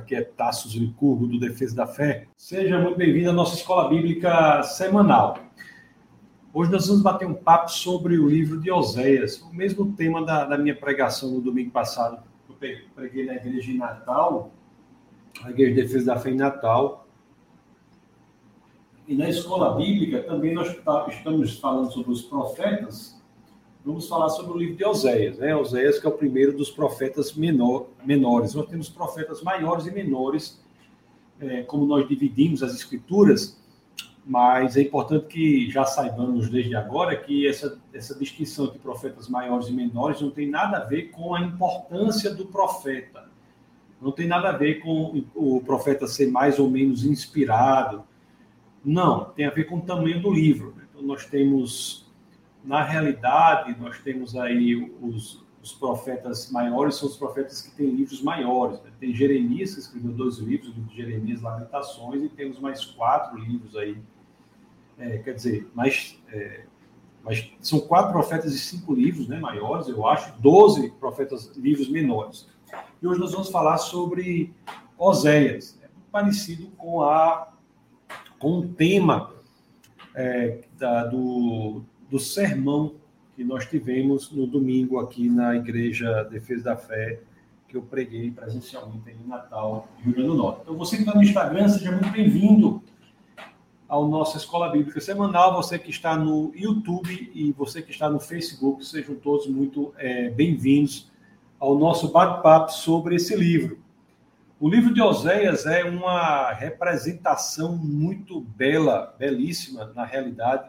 Aqui é Tassos Licurgo, do Defesa da Fé. Seja muito bem-vindo à nossa Escola Bíblica Semanal. Hoje nós vamos bater um papo sobre o livro de Oséias, o mesmo tema da minha pregação no domingo passado. Eu preguei na igreja em Natal, a Igreja de Defesa da Fé em Natal. E na Escola Bíblica também nós estamos falando sobre os profetas. Vamos falar sobre o livro de Oséias, né? Oséias, que é o primeiro dos profetas menores. Nós temos profetas maiores e menores, como nós dividimos as escrituras, mas é importante que já saibamos desde agora que essa distinção entre profetas maiores e menores não tem nada a ver com a importância do profeta. Não tem nada a ver com o profeta ser mais ou menos inspirado. Não, tem a ver com o tamanho do livro. Então nós temos... Na realidade, nós temos aí os profetas maiores, são os profetas que têm livros maiores. Né? Tem Jeremias, que escreveu 2 livros, o livro de Jeremias, Lamentações, e temos mais 4 livros aí. Mas são 4 profetas e 5 livros, né, maiores, eu acho, 12 livros menores. E hoje nós vamos falar sobre Oséias, parecido com o tema do sermão que nós tivemos no domingo aqui na Igreja Defesa da Fé, que eu preguei presencialmente em Natal, Rio Grande do Norte. Então, você que está no Instagram, seja muito bem-vindo ao nossa Escola Bíblica Semanal. Você que está no YouTube e você que está no Facebook, sejam todos muito bem-vindos ao nosso bate-papo sobre esse livro. O livro de Oséias é uma representação muito belíssima, na realidade,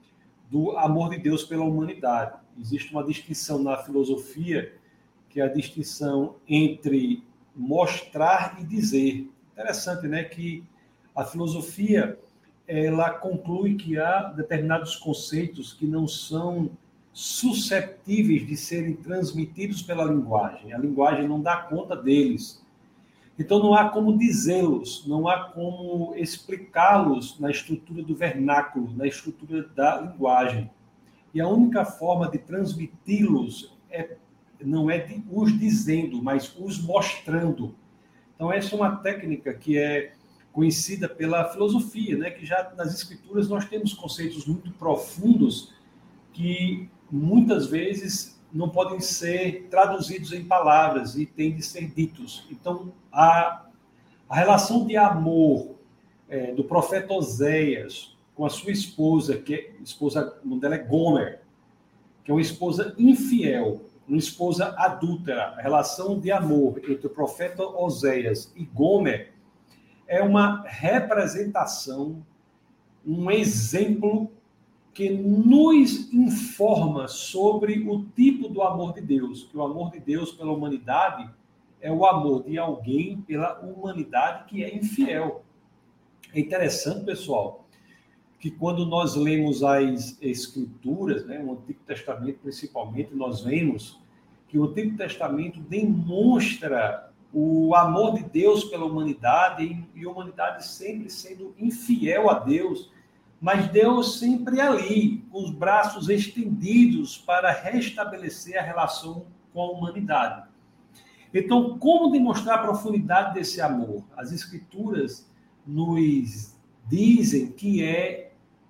do amor de Deus pela humanidade. Existe uma distinção na filosofia, que é a distinção entre mostrar e dizer. Interessante, né, que a filosofia ela conclui que há determinados conceitos que não são susceptíveis de serem transmitidos pela linguagem. A linguagem não dá conta deles. Então, não há como dizê-los, não há como explicá-los na estrutura do vernáculo, na estrutura da linguagem. E a única forma de transmiti-los não é os dizendo, mas os mostrando. Então, essa é uma técnica que é conhecida pela filosofia, né? Que já nas escrituras nós temos conceitos muito profundos que muitas vezes não podem ser traduzidos em palavras e têm de ser ditos. Então, a relação de amor do profeta Oséias com a sua esposa, o nome dela é Gomer, que é uma esposa infiel, uma esposa adúltera. A relação de amor entre o profeta Oséias e Gomer é uma representação, um exemplo que nos informa sobre o tipo do amor de Deus, que o amor de Deus pela humanidade é o amor de alguém pela humanidade que é infiel. É interessante, pessoal, que quando nós lemos as Escrituras, né, o Antigo Testamento principalmente, nós vemos que o Antigo Testamento demonstra o amor de Deus pela humanidade e a humanidade sempre sendo infiel a Deus, mas Deus sempre ali, com os braços estendidos para restabelecer a relação com a humanidade. Então, como demonstrar a profundidade desse amor? As Escrituras nos dizem que é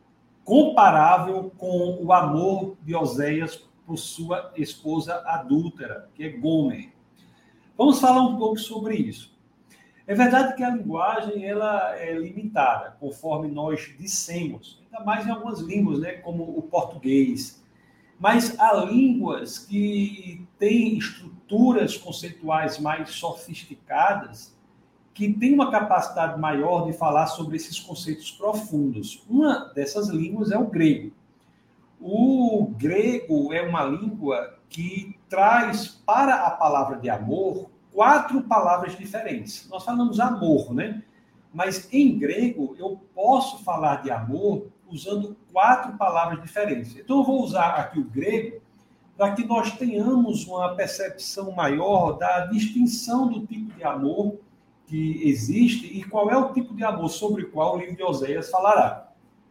comparável com o amor de Oséias por sua esposa adúltera, que é Gomer. Vamos falar um pouco sobre isso. É verdade que a linguagem ela é limitada, conforme nós dissemos, ainda mais em algumas línguas, né, como o português. Mas há línguas que têm estruturas conceituais mais sofisticadas, que têm uma capacidade maior de falar sobre esses conceitos profundos. Uma dessas línguas é o grego. O grego é uma língua que traz para a palavra de amor 4 palavras diferentes. Nós falamos amor, né? Mas em grego eu posso falar de amor usando 4 palavras diferentes. Então eu vou usar aqui o grego para que nós tenhamos uma percepção maior da distinção do tipo de amor que existe e qual é o tipo de amor sobre o qual o livro de Oséias falará.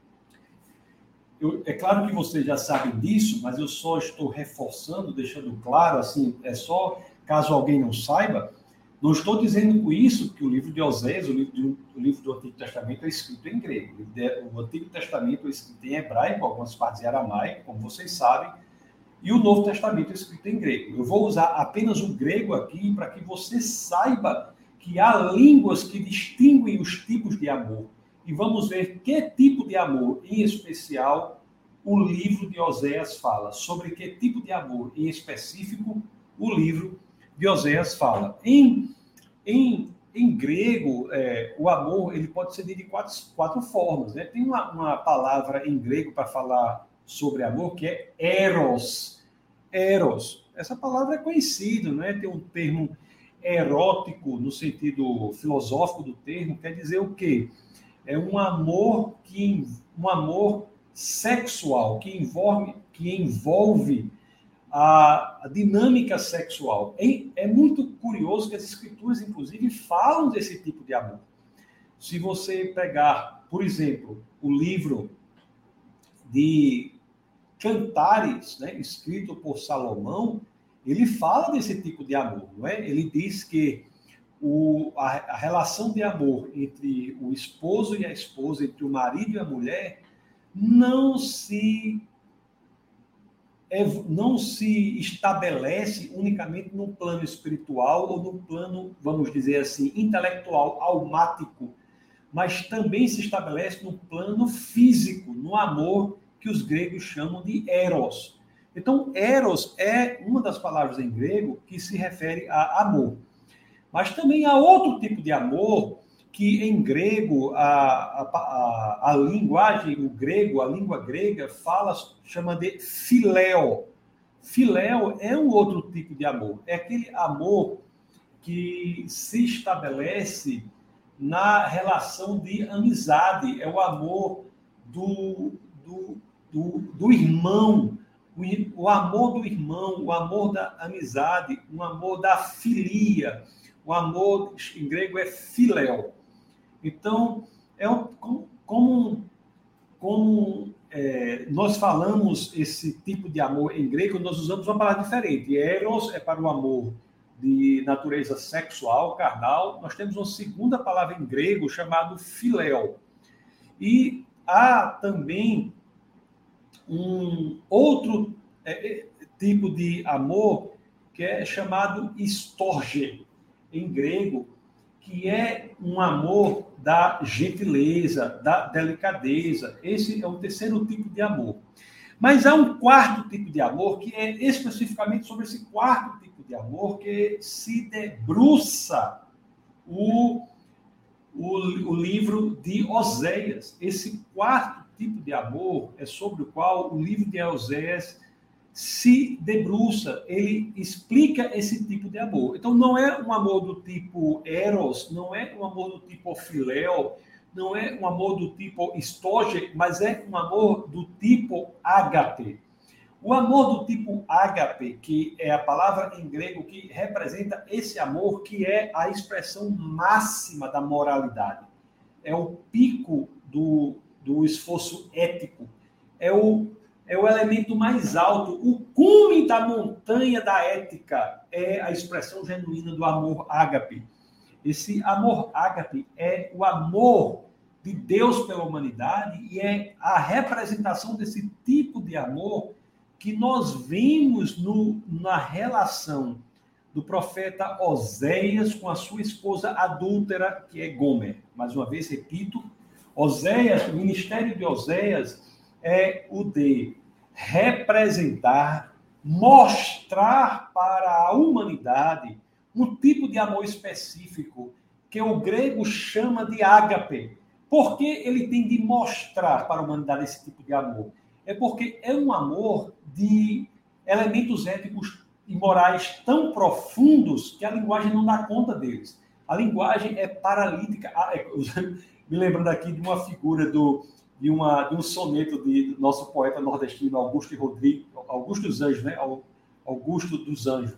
É claro que vocês já sabem disso, mas eu só estou reforçando, deixando claro, assim, é só caso alguém não saiba, Não estou dizendo com isso que o livro de Oséias, o livro do Antigo Testamento, é escrito em grego. O Antigo Testamento é escrito em hebraico, algumas partes em aramaico, como vocês sabem, e o Novo Testamento é escrito em grego. Eu vou usar apenas o grego aqui para que você saiba que há línguas que distinguem os tipos de amor. E vamos ver que tipo de amor, em especial, o livro de Oséias fala. Sobre que tipo de amor, em específico, o livro de Oséias fala. Em grego, o amor ele pode ser de quatro formas. Né? Tem uma palavra em grego para falar sobre amor que é eros. Eros. Essa palavra é conhecida, né? Tem um termo erótico no sentido filosófico do termo, quer dizer o quê? É um amor sexual que envolve a dinâmica sexual. É muito curioso que as escrituras, inclusive, falam desse tipo de amor. Se você pegar, por exemplo, o livro de Cantares, né, escrito por Salomão, ele fala desse tipo de amor, não é? Ele diz que a relação de amor entre o esposo e a esposa, entre o marido e a mulher, não se estabelece unicamente no plano espiritual ou no plano, vamos dizer assim, intelectual, almático, mas também se estabelece no plano físico, no amor que os gregos chamam de eros. Então, eros é uma das palavras em grego que se refere a amor. Mas também há outro tipo de amor que em grego, a linguagem, o grego, a língua grega, chama de filéo. Filéo é um outro tipo de amor. É aquele amor que se estabelece na relação de amizade. É o amor do irmão, o amor do irmão, o amor da amizade, o amor da filia. O amor em grego é filéu. Então, como nós falamos esse tipo de amor em grego, nós usamos uma palavra diferente. Eros é para o amor de natureza sexual, carnal. Nós temos uma segunda palavra em grego chamada filéu. E há também um outro tipo de amor que é chamado storge, em grego, que é um amor da gentileza, da delicadeza. Esse é o terceiro tipo de amor. Mas há um quarto tipo de amor, que é especificamente sobre esse quarto tipo de amor, que se debruça o livro de Oséias. Esse quarto tipo de amor é sobre o qual o livro de Oséias se debruça, ele explica esse tipo de amor. Então, não é um amor do tipo eros, não é um amor do tipo filéu, não é um amor do tipo storge, mas é um amor do tipo ágape. O amor do tipo ágape, que é a palavra em grego que representa esse amor, que é a expressão máxima da moralidade. É o pico do esforço ético. É o elemento mais alto, o cume da montanha da ética, é a expressão genuína do amor ágape. Esse amor ágape é o amor de Deus pela humanidade e é a representação desse tipo de amor que nós vemos na relação do profeta Oséias com a sua esposa adúltera, que é Gomer. Mais uma vez, repito, Oséias, o ministério de Oséias é o de representar, mostrar para a humanidade um tipo de amor específico que o grego chama de ágape. Por que ele tem de mostrar para a humanidade esse tipo de amor? É porque é um amor de elementos éticos e morais tão profundos que a linguagem não dá conta deles. A linguagem é paralítica. Me lembrando aqui de uma figura de um soneto do nosso poeta nordestino Augusto dos Anjos, né? Augusto dos Anjos,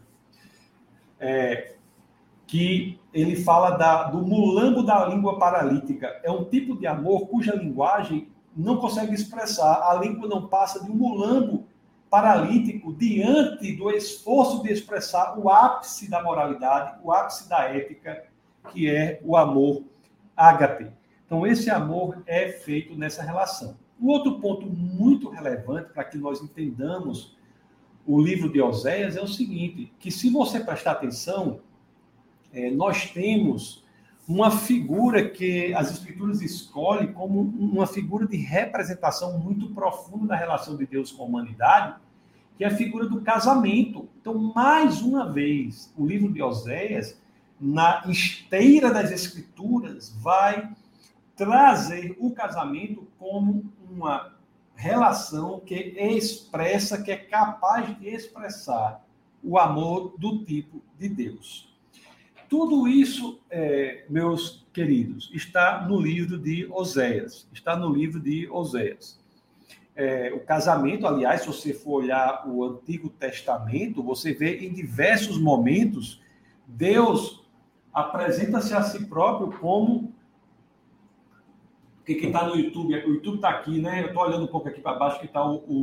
que ele fala do mulambo da língua paralítica. É um tipo de amor cuja linguagem não consegue expressar. A língua não passa de um mulambo paralítico diante do esforço de expressar o ápice da moralidade, o ápice da ética, que é o amor ágape. Então, esse amor é feito nessa relação. Um outro ponto muito relevante para que nós entendamos o livro de Oséias é o seguinte, que se você prestar atenção, nós temos uma figura que as Escrituras escolhem como uma figura de representação muito profunda da relação de Deus com a humanidade, que é a figura do casamento. Então, mais uma vez, o livro de Oséias, na esteira das Escrituras, vai trazer o casamento como uma relação que expressa, que é capaz de expressar o amor do tipo de Deus. Tudo isso, meus queridos, está no livro de Oséias. Está no livro de Oséias. O casamento, aliás, se você for olhar o Antigo Testamento, você vê em diversos momentos Deus apresenta-se a si próprio como... Porque quem está no YouTube, o YouTube está aqui, né? Eu estou olhando um pouco aqui para baixo, que está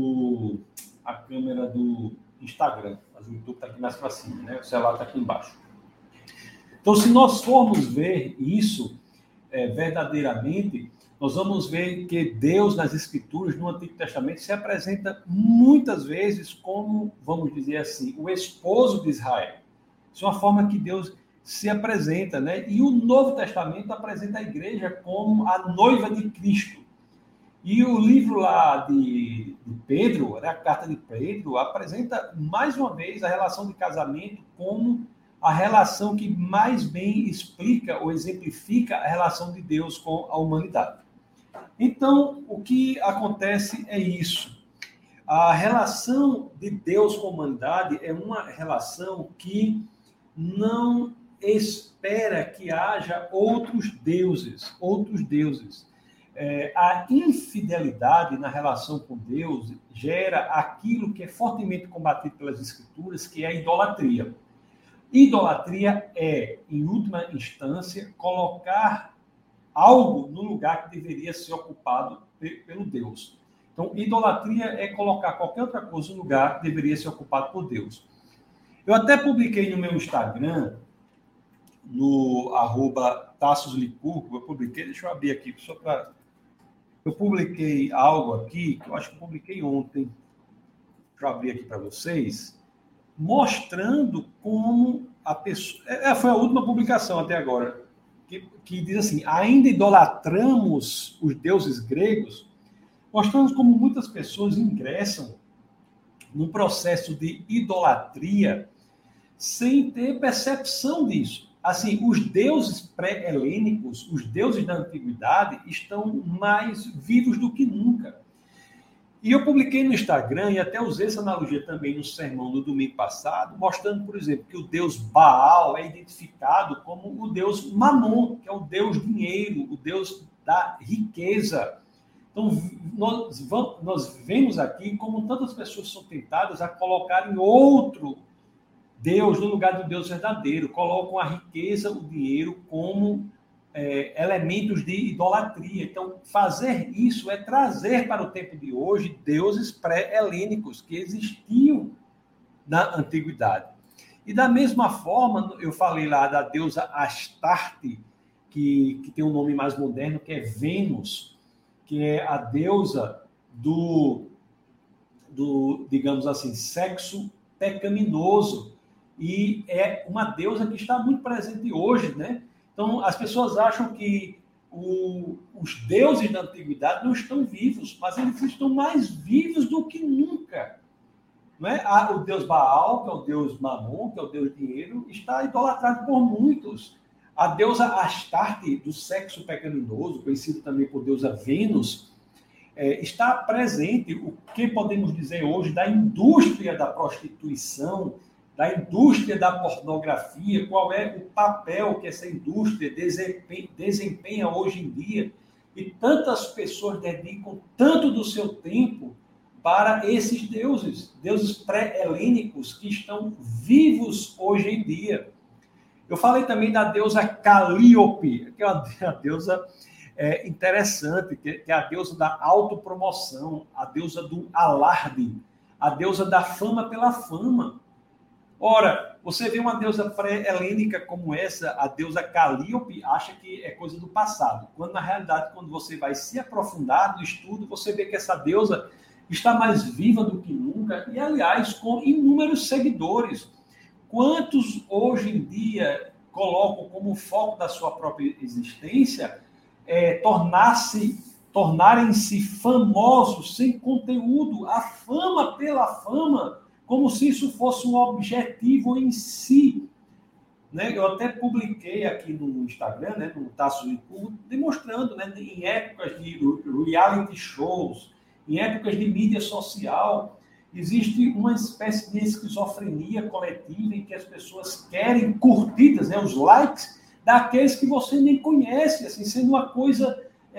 a câmera do Instagram. Mas o YouTube está aqui mais para cima, né? O celular está aqui embaixo. Então, se nós formos ver isso verdadeiramente, nós vamos ver que Deus, nas Escrituras, no Antigo Testamento, se apresenta muitas vezes como, vamos dizer assim, o esposo de Israel. Isso é uma forma que Deus se apresenta, né? E o Novo Testamento apresenta a igreja como a noiva de Cristo. E o livro lá de Pedro, a carta de Pedro, apresenta mais uma vez a relação de casamento como a relação que mais bem explica ou exemplifica a relação de Deus com a humanidade. Então, o que acontece é isso. A relação de Deus com a humanidade é uma relação que não espera que haja outros deuses. A infidelidade na relação com Deus gera aquilo que é fortemente combatido pelas Escrituras, que é a idolatria. Idolatria é, em última instância, colocar algo no lugar que deveria ser ocupado pelo Deus. Então, idolatria é colocar qualquer outra coisa no lugar que deveria ser ocupado por Deus. Eu até publiquei no meu Instagram, no @TassosLicurgo, eu publiquei, deixa eu abrir aqui, só para... Eu publiquei algo aqui, que eu acho que eu publiquei ontem, deixa eu abrir aqui para vocês, mostrando como a pessoa... Foi a última publicação até agora, que diz assim, ainda idolatramos os deuses gregos, mostrando como muitas pessoas ingressam num processo de idolatria sem ter percepção disso. Assim, os deuses pré-helênicos, os deuses da antiguidade, estão mais vivos do que nunca. E eu publiquei no Instagram, e até usei essa analogia também no sermão do domingo passado, mostrando, por exemplo, que o deus Baal é identificado como o deus Mamon, que é o deus dinheiro, o deus da riqueza. Então, nós vemos aqui como tantas pessoas são tentadas a colocarem outro Deus no lugar do Deus verdadeiro, colocam a riqueza, o dinheiro como elementos de idolatria. Então, fazer isso é trazer para o tempo de hoje deuses pré-helênicos que existiam na antiguidade. E da mesma forma, eu falei lá da deusa Astarte, que tem um nome mais moderno, que é Vênus, que é a deusa do digamos assim, sexo pecaminoso. E é uma deusa que está muito presente hoje, né? Então, as pessoas acham que os deuses da antiguidade não estão vivos, mas eles estão mais vivos do que nunca. Não é? O deus Baal, que é o deus Mamon, que é o deus dinheiro, está idolatrado por muitos. A deusa Astarte, do sexo pecaminoso, conhecido também por deusa Vênus, está presente, o que podemos dizer hoje, da indústria da prostituição, da indústria da pornografia, qual é o papel que essa indústria desempenha hoje em dia, e tantas pessoas dedicam tanto do seu tempo para esses deuses pré-helênicos que estão vivos hoje em dia. Eu falei também da deusa Calíope, que é uma deusa interessante, que é a deusa da autopromoção, a deusa do alarde, a deusa da fama pela fama. Ora, você vê uma deusa pré-helênica como essa, a deusa Calíope, acha que é coisa do passado. Quando, na realidade, quando você vai se aprofundar no estudo, você vê que essa deusa está mais viva do que nunca e, aliás, com inúmeros seguidores. Quantos, hoje em dia, colocam como foco da sua própria existência tornarem-se famosos sem conteúdo, a fama pela fama, como se isso fosse um objetivo em si. Né? Eu até publiquei aqui no Instagram, né, no Tasso Licu, demonstrando, né, em épocas de reality shows, em épocas de mídia social, existe uma espécie de esquizofrenia coletiva em que as pessoas querem curtidas, né, os likes, daqueles que você nem conhece, assim, sendo uma coisa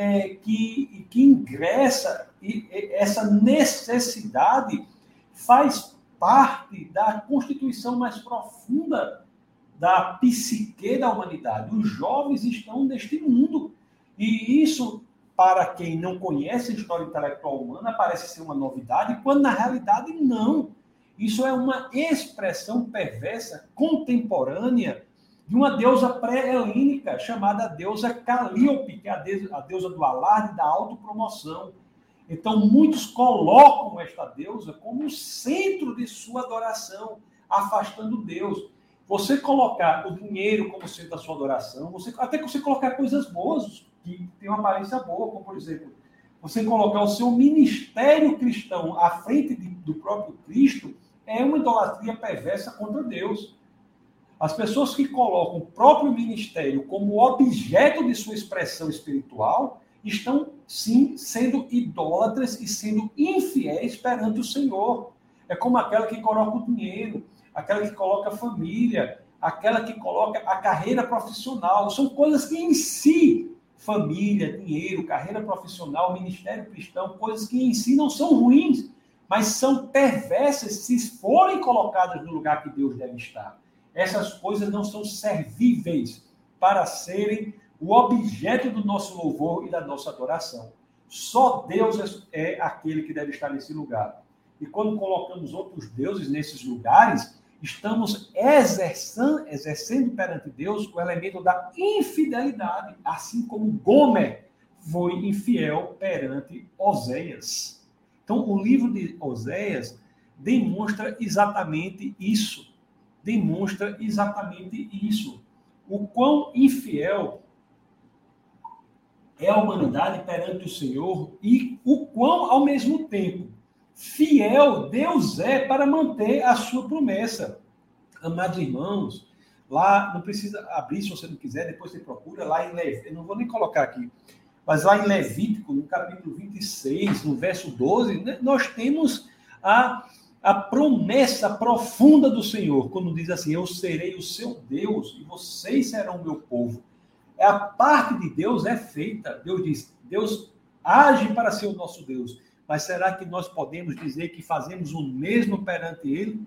que ingressa, e essa necessidade faz parte da constituição mais profunda da psique da humanidade. Os jovens estão neste mundo. E isso, para quem não conhece a história intelectual humana, parece ser uma novidade, quando na realidade não. Isso é uma expressão perversa, contemporânea, de uma deusa pré-helênica, chamada deusa Calíope, que é a deusa do alarde e da autopromoção. Então, muitos colocam esta deusa como o centro de sua adoração, afastando Deus. Você colocar o dinheiro como centro da sua adoração, até que você colocar coisas boas, que tem uma aparência boa, como, por exemplo, você colocar o seu ministério cristão à frente do próprio Cristo, é uma idolatria perversa contra Deus. As pessoas que colocam o próprio ministério como objeto de sua expressão espiritual estão, sim, sendo idólatras e sendo infiéis perante o Senhor. É como aquela que coloca o dinheiro, aquela que coloca a família, aquela que coloca a carreira profissional. São coisas que em si, família, dinheiro, carreira profissional, ministério cristão, coisas que em si não são ruins, mas são perversas se forem colocadas no lugar que Deus deve estar. Essas coisas não são servíveis para serem o objeto do nosso louvor e da nossa adoração. Só Deus é aquele que deve estar nesse lugar. E quando colocamos outros deuses nesses lugares, estamos exercendo perante Deus o elemento da infidelidade, assim como Gomer foi infiel perante Oséias. Então, o livro de Oséias demonstra exatamente isso. Demonstra exatamente isso. O quão infiel é a humanidade perante o Senhor e o quão, ao mesmo tempo, fiel Deus é para manter a sua promessa. Amados irmãos, lá, não precisa abrir se você não quiser, depois você procura lá em Levítico, eu não vou nem colocar aqui, mas lá em Levítico, no capítulo 26, no verso 12, né, nós temos a promessa profunda do Senhor, quando diz assim, eu serei o seu Deus e vocês serão o meu povo. A parte de Deus é feita. Deus diz, Deus age para ser o nosso Deus. Mas será que nós podemos dizer que fazemos o mesmo perante Ele?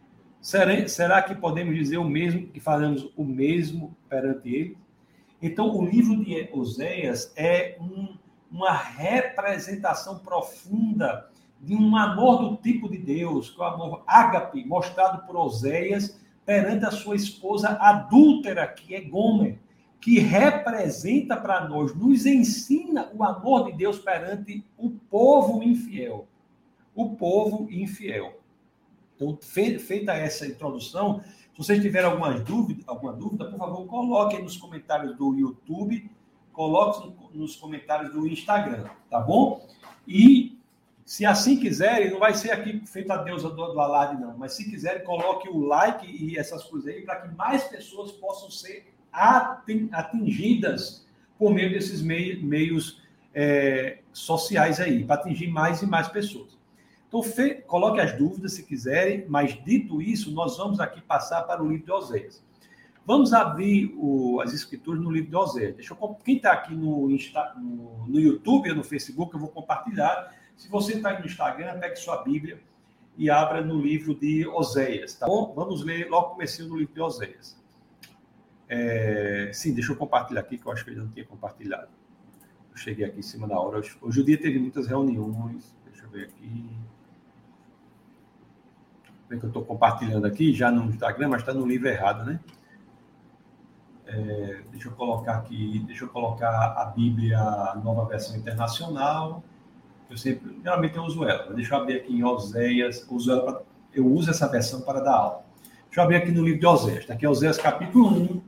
Será que podemos dizer o mesmo, que fazemos o mesmo perante Ele? Então, o livro de Oséias é uma representação profunda de um amor do tipo de Deus, que é o amor ágape, mostrado por Oséias perante a sua esposa adúltera, que é Gomer, que representa para nós, nos ensina o amor de Deus perante o povo infiel. O povo infiel. Então, feita essa introdução, se vocês tiverem alguma dúvida, por favor, coloquem nos comentários do YouTube, coloquem nos comentários do Instagram, tá bom? E, se assim quiserem, não vai ser aqui feita a deusa do alarde, não, mas se quiserem, coloque o like e essas coisas aí, para que mais pessoas possam ser atingidas por meio desses meios sociais aí, para atingir mais e mais pessoas. Então, coloque as dúvidas se quiserem, mas dito isso, nós vamos aqui passar para o livro de Oséias. Vamos abrir as escrituras no livro de Oséias. Quem está aqui no YouTube ou no Facebook, eu vou compartilhar. Se você está aí no Instagram, pegue sua Bíblia e abra no livro de Oséias, tá bom? Vamos ler logo comecinho no livro de Oséias. Sim, deixa eu compartilhar aqui, que eu acho que eu já não tinha compartilhado. Eu cheguei aqui em cima da hora. Hoje o dia teve muitas reuniões. Deixa eu ver aqui. que eu estou compartilhando aqui, já no Instagram, mas está no livro errado, né? Deixa eu colocar aqui, a Bíblia, a Nova Versão Internacional. Geralmente eu uso ela. Deixa eu abrir aqui em Oséias, eu uso essa versão para dar aula. Deixa eu abrir aqui no livro de Oséias. Está aqui Oséias capítulo 1,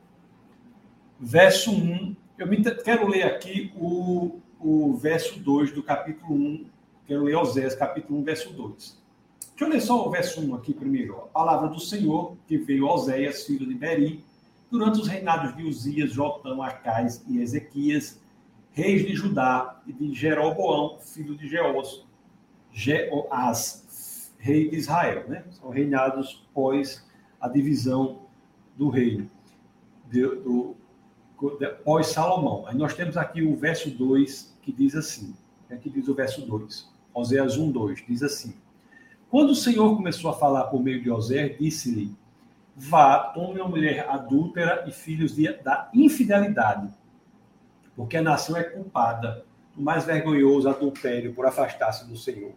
verso 1. Quero ler aqui o verso 2 do capítulo 1. Quero ler Oséias capítulo 1, verso 2. Deixa eu ler só o verso 1 aqui primeiro. A palavra do Senhor, que veio a Oséias, filho de Beri, durante os reinados de Uzias, Jotão, Acais e Ezequias, reis de Judá, e de Jeroboão, filho de Jeoás, rei de Israel. Né? São reinados pós a divisão do reino, pós Salomão. Aí nós temos aqui o verso 2, que diz assim. Aqui diz o verso 2. Oséias 1, 2, diz assim. Quando o Senhor começou a falar por meio de Oséias, disse-lhe, vá, tome uma mulher adúltera e filhos da infidelidade, porque a nação é culpada do mais vergonhoso adultério por afastar-se do Senhor.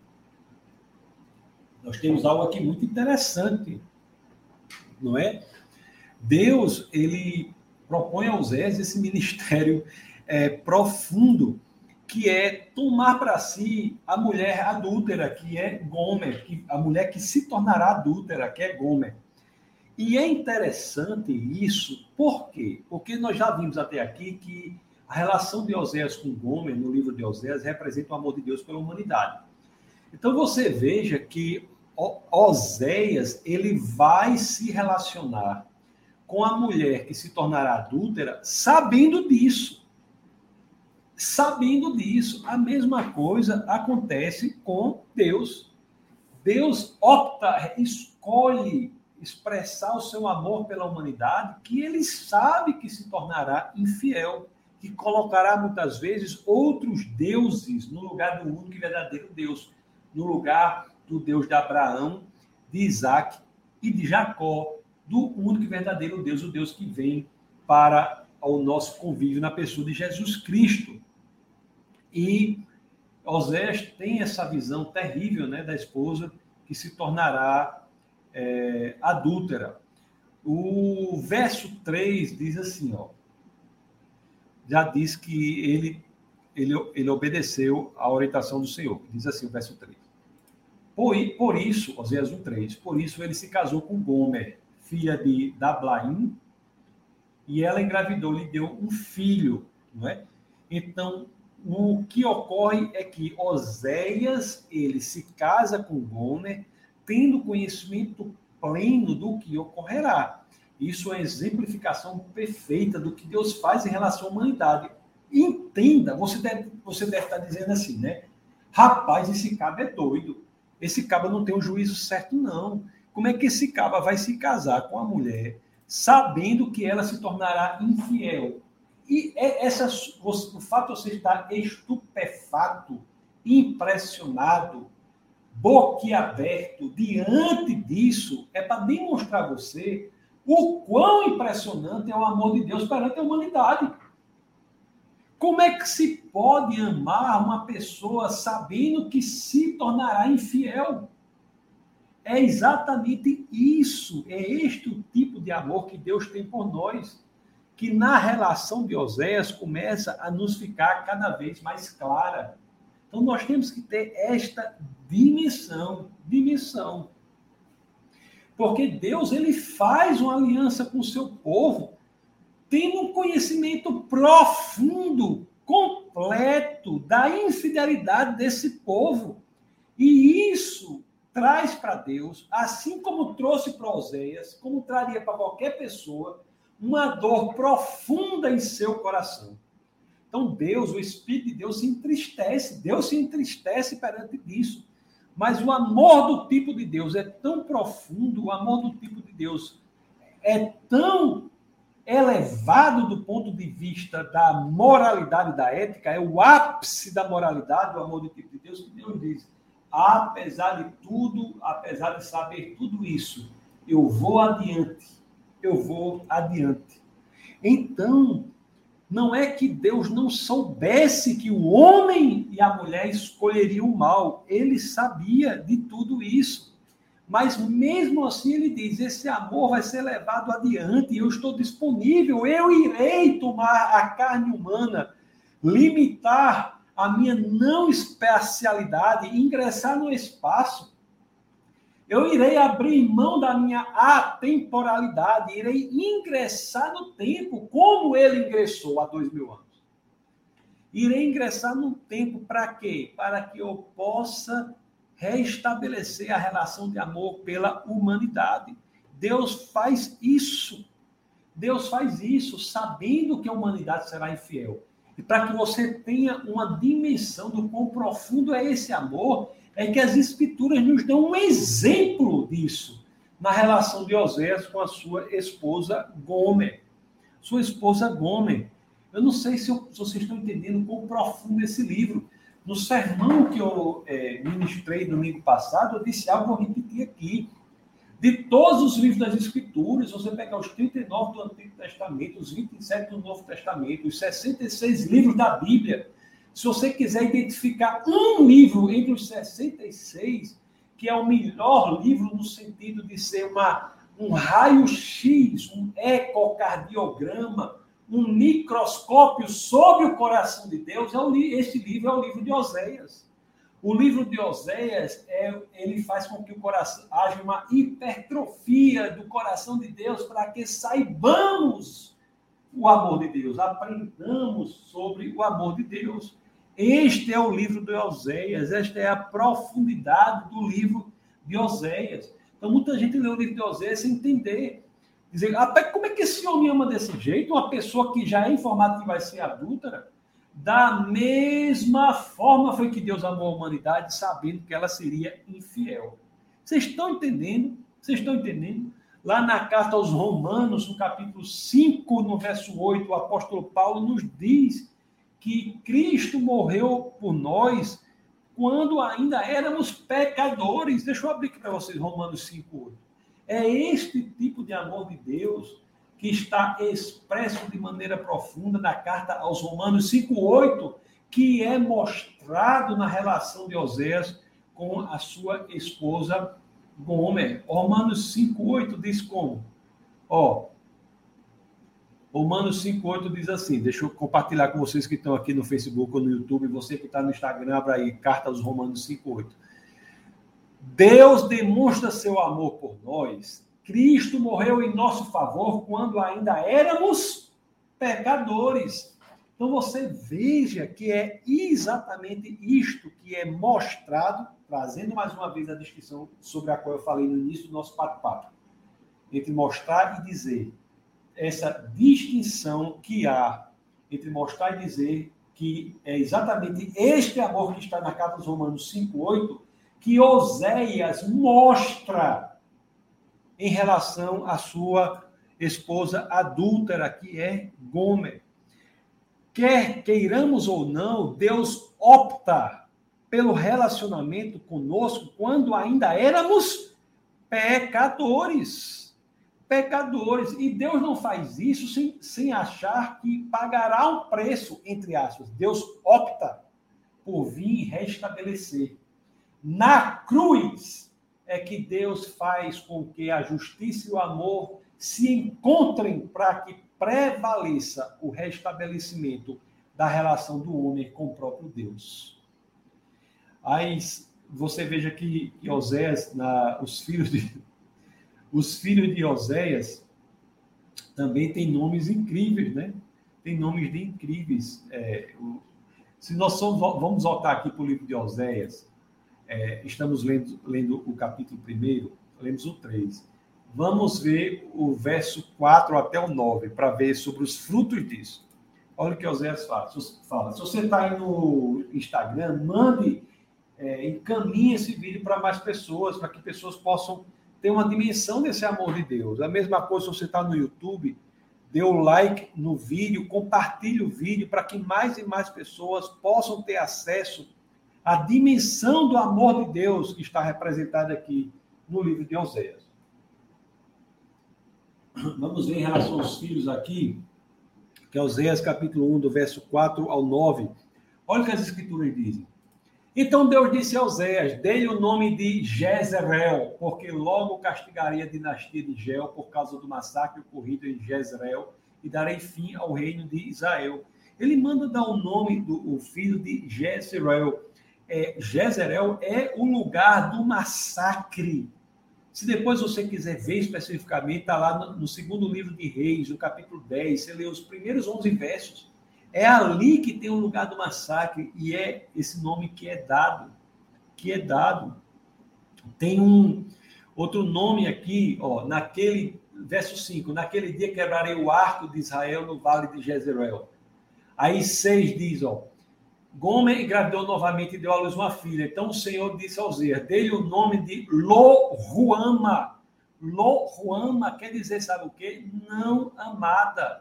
Nós temos algo aqui muito interessante, não é? Deus, ele propõe a Oséias esse ministério profundo, que é tomar para si a mulher adúltera, que é Gomer, a mulher que se tornará adúltera, que é Gomer. E é interessante isso, por quê? Porque nós já vimos até aqui que a relação de Oséias com Gomer, no livro de Oséias, representa o amor de Deus pela humanidade. Então você veja que Oséias, ele vai se relacionar com a mulher que se tornará adúltera, sabendo disso. Sabendo disso. A mesma coisa acontece com Deus. Deus escolhe expressar o seu amor pela humanidade, que ele sabe que se tornará infiel, que colocará muitas vezes outros deuses no lugar do único e verdadeiro Deus, no lugar do Deus de Abraão, de Isaac e de Jacó, do único e verdadeiro Deus, o Deus que vem para o nosso convívio na pessoa de Jesus Cristo. E Oséias tem essa visão terrível, né, da esposa que se tornará adúltera. O verso 3 diz assim, já diz que ele obedeceu à orientação do Senhor. Diz assim o verso 3. Por isso, Oséias 1:3, por isso ele se casou com Gomer, filha de Dablaim, e ela engravidou, lhe deu um filho, não é? Então, o que ocorre é que Oséias, ele se casa com Gomer, tendo conhecimento pleno do que ocorrerá. Isso é a exemplificação perfeita do que Deus faz em relação à humanidade. Entenda, você deve estar dizendo assim, né? Rapaz, esse cabo é doido. Esse cabo não tem o juízo certo, não. Como é que esse cabo vai se casar com a mulher sabendo que ela se tornará infiel? E o fato de você estar estupefato, impressionado, boquiaberto diante disso, é para demonstrar a você o quão impressionante é o amor de Deus perante a humanidade. Como é que se pode amar uma pessoa sabendo que se tornará infiel? É exatamente isso, é este o tipo de amor que Deus tem por nós, que na relação de Oséias começa a nos ficar cada vez mais clara. Então nós temos que ter esta dimensão. Porque Deus, ele faz uma aliança com o seu povo, tendo um conhecimento profundo, completo da infidelidade desse povo. E isso traz para Deus, assim como trouxe para Oséias, como traria para qualquer pessoa, uma dor profunda em seu coração. Então Deus, o Espírito de Deus se entristece perante isso. Mas o amor do tipo de Deus é tão profundo, o amor do tipo de Deus é tão elevado do ponto de vista da moralidade, da ética, é o ápice da moralidade, o amor do tipo de Deus, que Deus diz, apesar de tudo, apesar de saber tudo isso, eu vou adiante. Então, não é que Deus não soubesse que o homem e a mulher escolheriam o mal. Ele sabia de tudo isso. Mas mesmo assim ele diz, esse amor vai ser levado adiante, eu estou disponível, eu irei tomar a carne humana, limitar a minha não espacialidade, ingressar no espaço. Eu irei abrir mão da minha atemporalidade, irei ingressar no tempo, como ele ingressou há 2000 anos. Irei ingressar no tempo para quê? Para que eu possa restabelecer a relação de amor pela humanidade. Deus faz isso. Deus faz isso sabendo que a humanidade será infiel. E para que você tenha uma dimensão do quão profundo é esse amor, é que as Escrituras nos dão um exemplo disso na relação de Oséias com a sua esposa Gomer. Sua esposa Gomer. Eu não sei se vocês estão entendendo quão profundo é esse livro. No sermão que eu ministrei domingo passado, eu disse algo, vou repetir aqui. De todos os livros das Escrituras, você pega os 39 do Antigo Testamento, os 27 do Novo Testamento, os 66 livros da Bíblia. Se você quiser identificar um livro entre os 66, que é o melhor livro no sentido de ser um raio-x, um ecocardiograma, um microscópio sobre o coração de Deus, este livro é o livro de Oséias. O livro de Oséias, ele faz com que o coração haja uma hipertrofia do coração de Deus para que saibamos o amor de Deus, aprendamos sobre o amor de Deus. Este é o livro de Oséias, esta é a profundidade do livro de Oséias. Então, muita gente lê o livro de Oséias sem entender. Dizer, como é que esse homem ama desse jeito? Uma pessoa que já é informada que vai ser adúltera? Da mesma forma foi que Deus amou a humanidade, sabendo que ela seria infiel. Vocês estão entendendo? Vocês estão entendendo? Lá na carta aos Romanos, no capítulo 5, no verso 8, o apóstolo Paulo nos diz que Cristo morreu por nós quando ainda éramos pecadores. Deixa eu abrir aqui para vocês, Romanos 5, 8. É este tipo de amor de Deus que está expresso de maneira profunda na carta aos Romanos 5:8, que é mostrado na relação de Oséias com a sua esposa Gomer. Romanos 5:8 diz como? Romanos 5:8 diz assim, deixa eu compartilhar com vocês que estão aqui no Facebook ou no YouTube, você que está no Instagram, abra aí, carta aos Romanos 5:8. Deus demonstra seu amor por nós. Cristo morreu em nosso favor quando ainda éramos pecadores. Então você veja que é exatamente isto que é mostrado, trazendo mais uma vez a descrição sobre a qual eu falei no início do nosso bate-papo. Entre mostrar e dizer, essa distinção que há entre mostrar e dizer que é exatamente este amor que está na carta dos Romanos 5:8 que Oséias mostra em relação à sua esposa adúltera, que é Gomer. Quer queiramos ou não, Deus opta pelo relacionamento conosco quando ainda éramos pecadores. Pecadores. E Deus não faz isso sem achar que pagará um preço, entre aspas. Deus opta por vir restabelecer. Na cruz é que Deus faz com que a justiça e o amor se encontrem para que prevaleça o restabelecimento da relação do homem com o próprio Deus. Aí você veja que Oséias, os filhos de Oséias também têm nomes incríveis, né? Tem nomes de incríveis. Se nós vamos voltar aqui para o livro de Oséias, estamos lendo o capítulo 1, lemos o 3. Vamos ver o verso 4 até o 9, para ver sobre os frutos disso. Olha o que Oséias fala. Se você está aí no Instagram, encaminhe esse vídeo para mais pessoas, para que pessoas possam ter uma dimensão desse amor de Deus. A mesma coisa, se você está no YouTube, dê o like no vídeo, compartilhe o vídeo, para que mais e mais pessoas possam ter acesso à dimensão do amor de Deus que está representada aqui no livro de Oséias. Vamos ver em relação aos filhos aqui, que é Oséias capítulo 1, do verso 4 ao 9. Olha o que as Escrituras dizem. Então Deus disse a Oséias: dê-lhe o nome de Jezreel, porque logo castigarei a dinastia de Geu por causa do massacre ocorrido em Jezreel e darei fim ao reino de Israel. Ele manda dar o nome do filho de Jezreel. Jezreel é o lugar do massacre. Se depois você quiser ver especificamente, está lá no segundo livro de Reis, no capítulo 10, você lê os primeiros 11 versos. É ali que tem o lugar do massacre, e é esse nome que é dado. Tem um outro nome aqui, naquele, verso 5, naquele dia quebrarei o arco de Israel no vale de Jezreel. Aí 6 diz, Gomer engravidou novamente e deu à luz uma filha. Então o Senhor disse a Oséias: dê-lhe o nome de Lo-Ruama. Lo-Ruama quer dizer, sabe o quê? Não amada.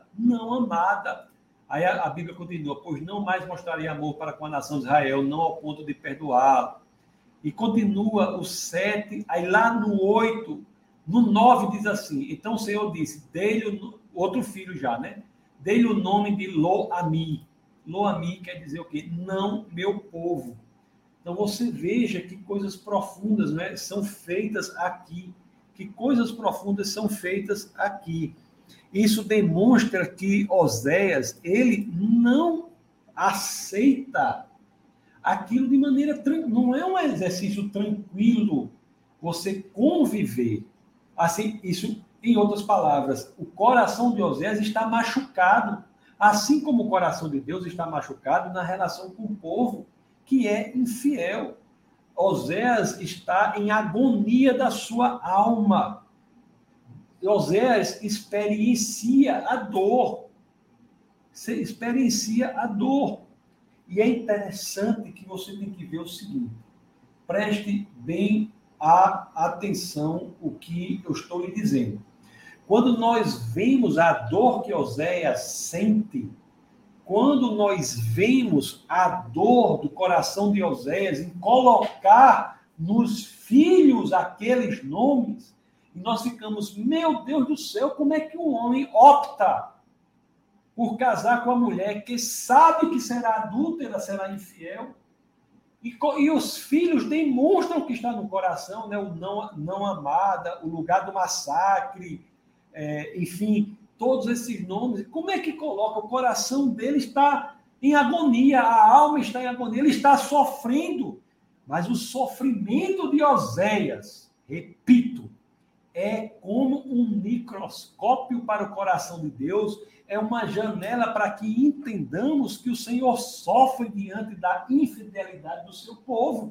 Aí a Bíblia continua: pois não mais mostrarei amor para com a nação de Israel, não ao ponto de perdoá-lo. E continua o 7, aí lá no 8, no 9 diz assim: então o Senhor disse, dê-lhe outro filho já, né? Dê-lhe o nome de Lo-Ami. Lo-Ami quer dizer o quê? Não meu povo. Então você veja que coisas profundas, né, são feitas aqui. Que coisas profundas são feitas aqui. Isso demonstra que Oséias, ele não aceita aquilo de maneira tranquila. Não é um exercício tranquilo você conviver. Assim, isso, em outras palavras, o coração de Oséias está machucado, assim como o coração de Deus está machucado na relação com o povo que é infiel. Oséias está em agonia da sua alma. Oséias experiencia a dor. Você experiencia a dor. E é interessante que você tem que ver o seguinte: preste bem atenção o que eu estou lhe dizendo. Quando nós vemos a dor que Oséias sente, quando nós vemos a dor do coração de Oséias em colocar nos filhos aqueles nomes, e nós ficamos, meu Deus do céu, como é que um homem opta por casar com a mulher que sabe que será adúltera, será infiel? E os filhos demonstram que está no coração, né? O não amada, o lugar do massacre, enfim, todos esses nomes. Como é que coloca? O coração dele está em agonia, a alma está em agonia, ele está sofrendo. Mas o sofrimento de Oséias, repito, é como um microscópio para o coração de Deus, é uma janela para que entendamos que o Senhor sofre diante da infidelidade do seu povo.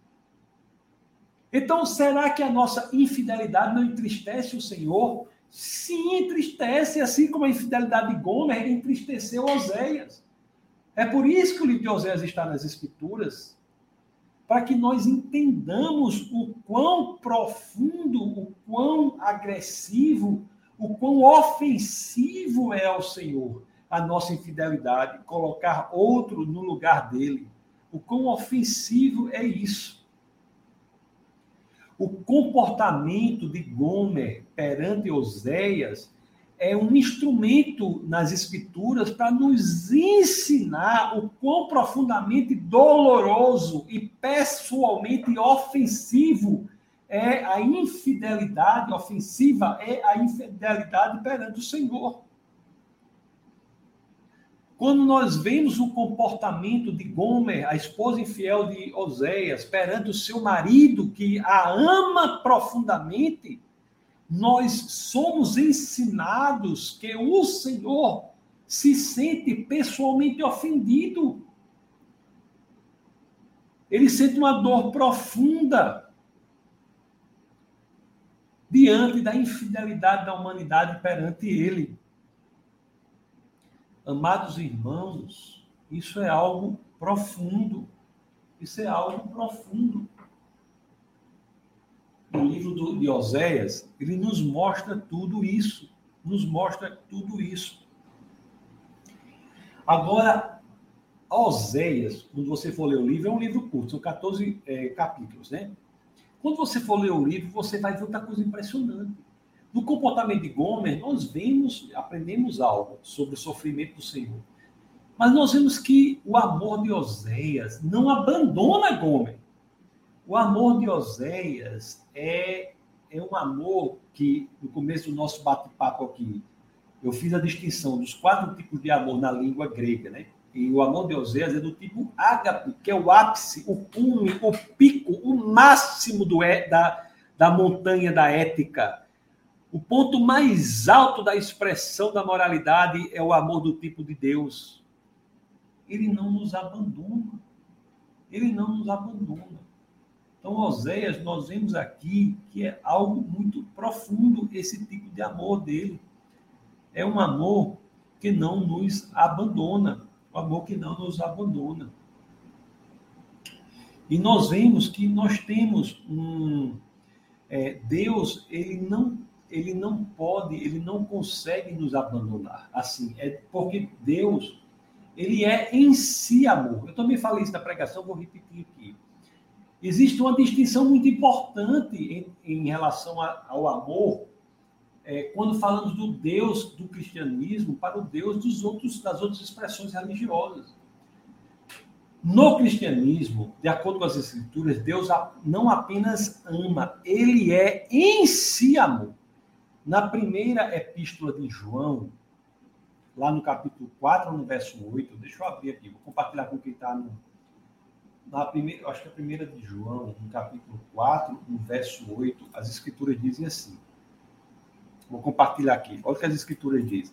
Então, será que a nossa infidelidade não entristece o Senhor? Sim, entristece, assim como a infidelidade de Gomer entristeceu Oséias. É por isso que o livro de Oséias está nas Escrituras, para que nós entendamos o quão profundo, o quão agressivo, o quão ofensivo é ao Senhor a nossa infidelidade, colocar outro no lugar dele. O quão ofensivo é isso. O comportamento de Gomer perante Oséias é um instrumento nas Escrituras para nos ensinar o quão profundamente doloroso e pessoalmente ofensivo é a infidelidade, ofensiva é a infidelidade perante o Senhor. Quando nós vemos o comportamento de Gomer, a esposa infiel de Oséias, perante o seu marido que a ama profundamente, nós somos ensinados que o Senhor se sente pessoalmente ofendido. Ele sente uma dor profunda diante da infidelidade da humanidade perante ele. Amados irmãos, isso é algo profundo. Isso é algo profundo. No livro de Oséias, ele nos mostra tudo isso. Nos mostra tudo isso. Agora, Oséias, quando você for ler o livro, é um livro curto, são 14 capítulos, né? Quando você for ler o livro, você vai ver outra coisa impressionante. No comportamento de Gomer, nós aprendemos algo sobre o sofrimento do Senhor. Mas nós vemos que o amor de Oséias não abandona Gomer. O amor de Oséias é um amor que, no começo do nosso bate-papo aqui, eu fiz a distinção dos 4 tipos de amor na língua grega, né? E o amor de Oséias é do tipo ágape, que é o ápice, o cume, o pico, o máximo da montanha da ética. O ponto mais alto da expressão da moralidade é o amor do tipo de Deus. Ele não nos abandona. Ele não nos abandona. Então, Oséias, nós vemos aqui que é algo muito profundo esse tipo de amor dele. É um amor que não nos abandona. Um amor que não nos abandona. E nós vemos que nós temos Deus, ele não pode, ele não consegue nos abandonar. Assim, é porque Deus, ele é em si amor. Eu também falei isso na pregação, vou repetir aqui. Existe uma distinção muito importante em relação ao amor, quando falamos do Deus do cristianismo para o Deus das outras expressões religiosas. No cristianismo, de acordo com as Escrituras, Deus não apenas ama, ele é em si amor. Na primeira epístola de João, lá no capítulo 4, no verso 8, deixa eu abrir aqui, vou compartilhar com quem está acho que a primeira de João, no capítulo 4, no verso 8, as Escrituras dizem assim. Vou compartilhar aqui. Olha o que as Escrituras dizem.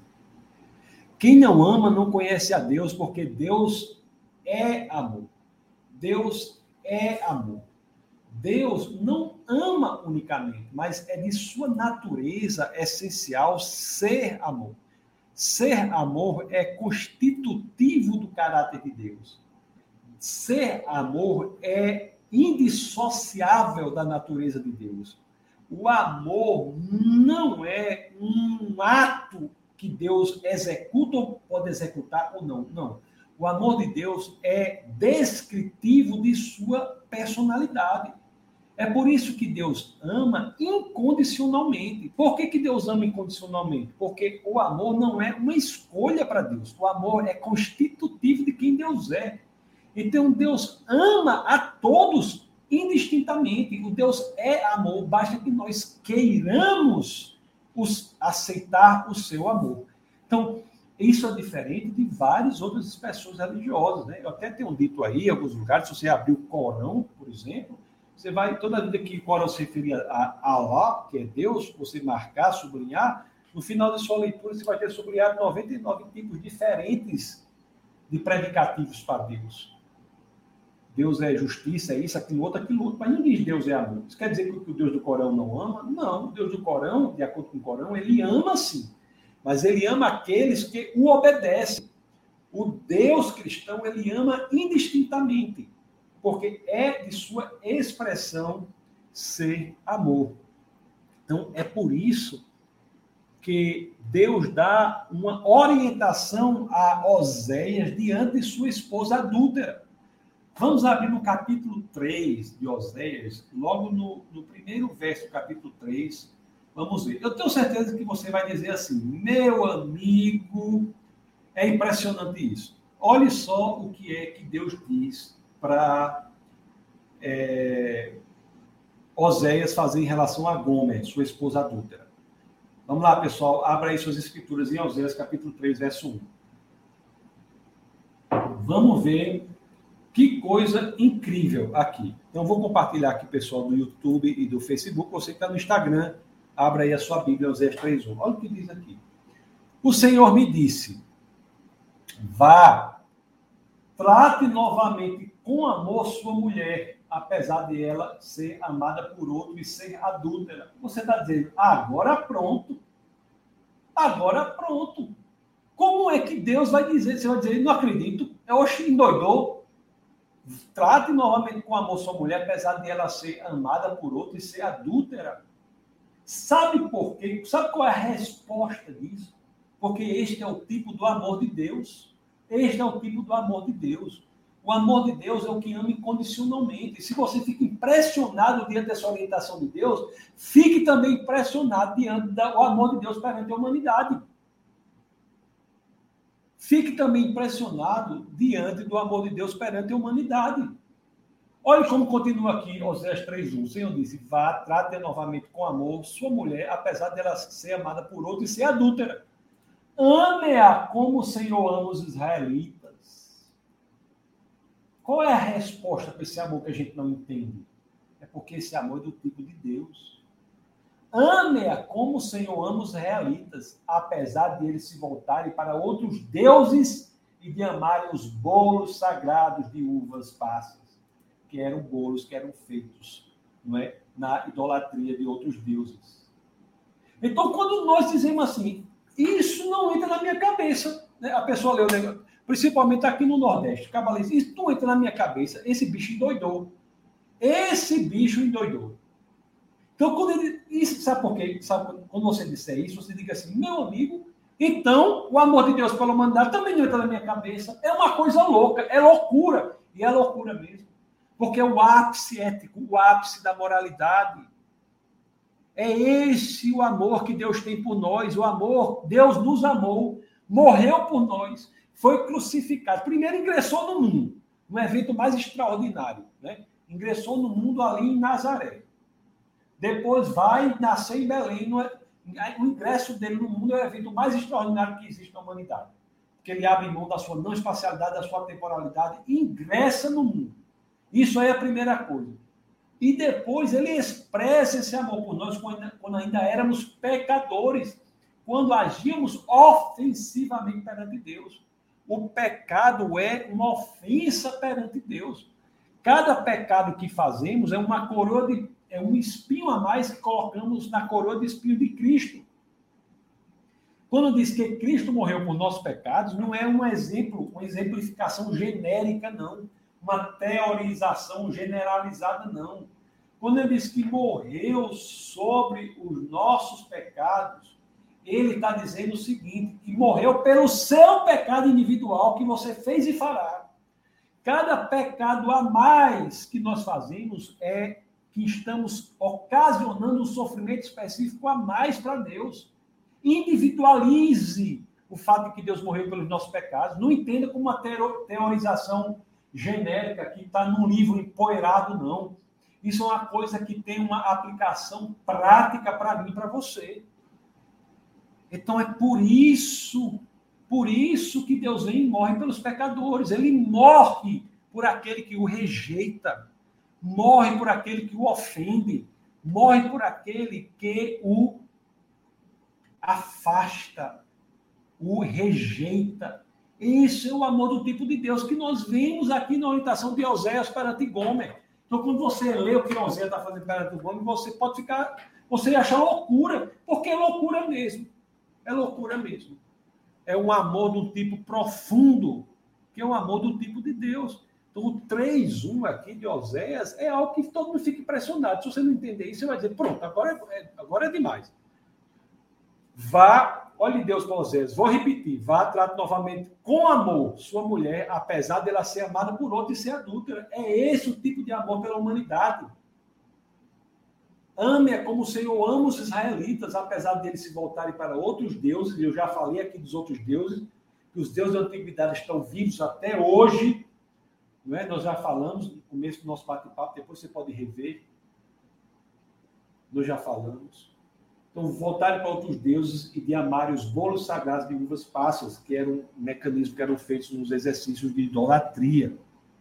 Quem não ama não conhece a Deus, porque Deus é amor. Deus é amor. Deus não ama unicamente, mas é de sua natureza essencial ser amor. Ser amor é constitutivo do caráter de Deus. Ser amor é indissociável da natureza de Deus. O amor não é um ato que Deus executa ou pode executar ou não. Não. O amor de Deus é descritivo de sua personalidade. É por isso que Deus ama incondicionalmente. Por que Deus ama incondicionalmente? Porque o amor não é uma escolha para Deus. O amor é constitutivo de quem Deus é. Então, Deus ama a todos indistintamente. O Deus é amor, basta que nós queiramos aceitar o seu amor. Então, isso é diferente de várias outras expressões religiosas, né? Eu até tenho dito aí, em alguns lugares, se você abrir o Corão, por exemplo, você vai, toda vida que o Corão se referia a Allah, que é Deus, você marcar, sublinhar, no final da sua leitura você vai ter sublinhado 99 tipos diferentes de predicativos para Deus. Deus é justiça, é isso, aquilo outro, mas não diz Deus é amor. Isso quer dizer que o Deus do Corão não ama? Não, o Deus do Corão, de acordo com o Corão, ele ama sim, mas ele ama aqueles que o obedecem. O Deus cristão, ele ama indistintamente, porque é de sua expressão ser amor. Então, é por isso que Deus dá uma orientação a Oséias diante de sua esposa adúltera. Vamos abrir no capítulo 3 de Oséias, logo no primeiro verso do capítulo 3. Vamos ver. Eu tenho certeza que você vai dizer assim, meu amigo, é impressionante isso. Olhe só o que é que Deus diz para Oséias fazer em relação a Gomer, sua esposa adúltera. Vamos lá, pessoal. Abra aí suas escrituras em Oséias, capítulo 3, verso 1. Vamos ver que coisa incrível aqui. Então, vou compartilhar aqui, pessoal, do YouTube e do Facebook. Você que está no Instagram, abra aí a sua Bíblia, Oséias 3:1. Olha o que diz aqui. O Senhor me disse, vá, trate novamente com amor sua mulher, apesar de ela ser amada por outro e ser adúltera. Você está dizendo, agora pronto. Agora pronto. Como é que Deus vai dizer? Você vai dizer, não acredito, endoidou. Trate novamente com amor sua mulher, apesar de ela ser amada por outro e ser adúltera. Sabe por quê? Sabe qual é a resposta disso? Porque este é o tipo do amor de Deus. Este é o tipo do amor de Deus. O amor de Deus é o que ama incondicionalmente. Se você fica impressionado diante dessa orientação de Deus, fique também impressionado diante do amor de Deus perante a humanidade. fique também impressionado diante do amor de Deus perante a humanidade. Olha como continua aqui Oséias 3:1. O Senhor disse: vá, trate novamente com amor sua mulher, apesar dela ser amada por outro e ser adúltera. Ame-a como o Senhor ama os israelitas. Qual é a resposta para esse amor que a gente não entende? É porque esse amor é do tipo de Deus. Ame-a como o Senhor ama os israelitas, apesar de eles se voltarem para outros deuses e de amarem os bolos sagrados de uvas passas, que eram bolos que eram feitos, não é, na idolatria de outros deuses. Então, quando nós dizemos assim, isso não entra na minha cabeça, né? A pessoa lê o negócio, principalmente aqui no Nordeste, cabalista, isso não entra na minha cabeça, esse bicho endoidou. Esse bicho endoidou. Então, quando ele... Isso, sabe por quê? Sabe, quando você disser isso, você diga assim, meu amigo, então, o amor de Deus pela humanidade também não entra na minha cabeça. É uma coisa louca, é loucura. E é loucura mesmo. Porque é o ápice ético, o ápice da moralidade. É esse o amor que Deus tem por nós. O amor, Deus nos amou, morreu por nós, foi crucificado. Primeiro ingressou no mundo, no evento mais extraordinário, né? Ingressou no mundo ali em Nazaré. Depois vai nascer em Belém. O ingresso dele no mundo é o evento mais extraordinário que existe na humanidade. Porque ele abre mão da sua não espacialidade, da sua temporalidade e ingressa no mundo. Isso aí é a primeira coisa. E depois ele expressa esse amor por nós quando ainda éramos pecadores, quando agíamos ofensivamente perante Deus. O pecado é uma ofensa perante Deus. Cada pecado que fazemos é uma coroa é um espinho a mais que colocamos na coroa de espinho de Cristo. Quando diz que Cristo morreu por nossos pecados, não é um exemplo, uma exemplificação genérica, não. Uma teorização generalizada, não. Quando ele diz que morreu sobre os nossos pecados, ele está dizendo o seguinte, que morreu pelo seu pecado individual que você fez e fará. Cada pecado a mais que nós fazemos é que estamos ocasionando um sofrimento específico a mais para Deus. Individualize o fato de que Deus morreu pelos nossos pecados. Não entenda como uma teorização genérica que está num livro empoeirado, não. Isso é uma coisa que tem uma aplicação prática para mim e para você. Então é por isso que Deus vem e morre pelos pecadores. Ele morre por aquele que o rejeita, morre por aquele que o ofende, morre por aquele que o afasta, o rejeita. Esse é o amor do tipo de Deus que nós vimos aqui na orientação de Oséias perante Gomer. Então, quando você lê o que Oséias está fazendo perante Gomer, você pode ficar, você achar loucura, porque é loucura mesmo. É loucura mesmo. É um amor do tipo profundo, que é um amor do tipo de Deus. Então, o 3:1 aqui de Oséias é algo que todo mundo fica impressionado. Se você não entender isso, você vai dizer, pronto, agora é demais. Vá, olhe Deus para Oséias, vou repetir, vá, trate novamente com amor sua mulher, apesar dela ser amada por outro e ser adúltera. É esse o tipo de amor pela humanidade. Ame-a como o Senhor ama os israelitas, apesar deles se voltarem para outros deuses. Eu já falei aqui dos outros deuses, que os deuses da antiguidade estão vivos até hoje. Não é? Nós já falamos no começo do nosso bate-papo, depois você pode rever. Nós já falamos. Então, voltarem para outros deuses e de amarem os bolos sagrados de uvas passas, que eram mecanismos que eram feitos nos exercícios de idolatria.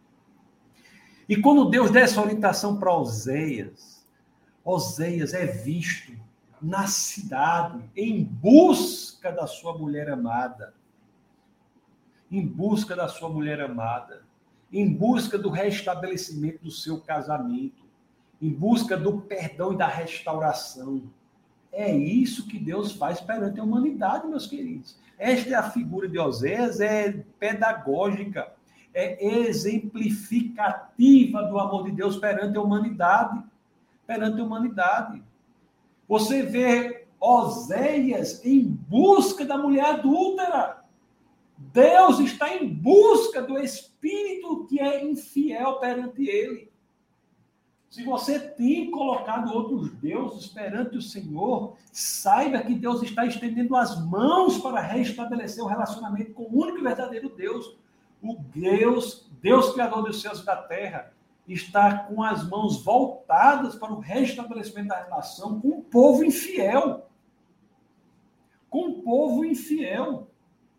E quando Deus dá essa orientação para Oséias é visto na cidade, em busca da sua mulher amada. Em busca da sua mulher amada. Em busca do restabelecimento do seu casamento. Em busca do perdão e da restauração. É isso que Deus faz perante a humanidade, meus queridos. Esta é a figura de Oséias, é pedagógica, é exemplificativa do amor de Deus perante a humanidade. Perante a humanidade. Você vê Oséias em busca da mulher adúltera. Deus está em busca do espírito que é infiel perante ele. Se você tem colocado outros deuses perante o Senhor, saiba que Deus está estendendo as mãos para restabelecer o relacionamento com o único e verdadeiro Deus. O Deus Criador dos céus e da terra, está com as mãos voltadas para o restabelecimento da relação com o povo infiel. Com o povo infiel.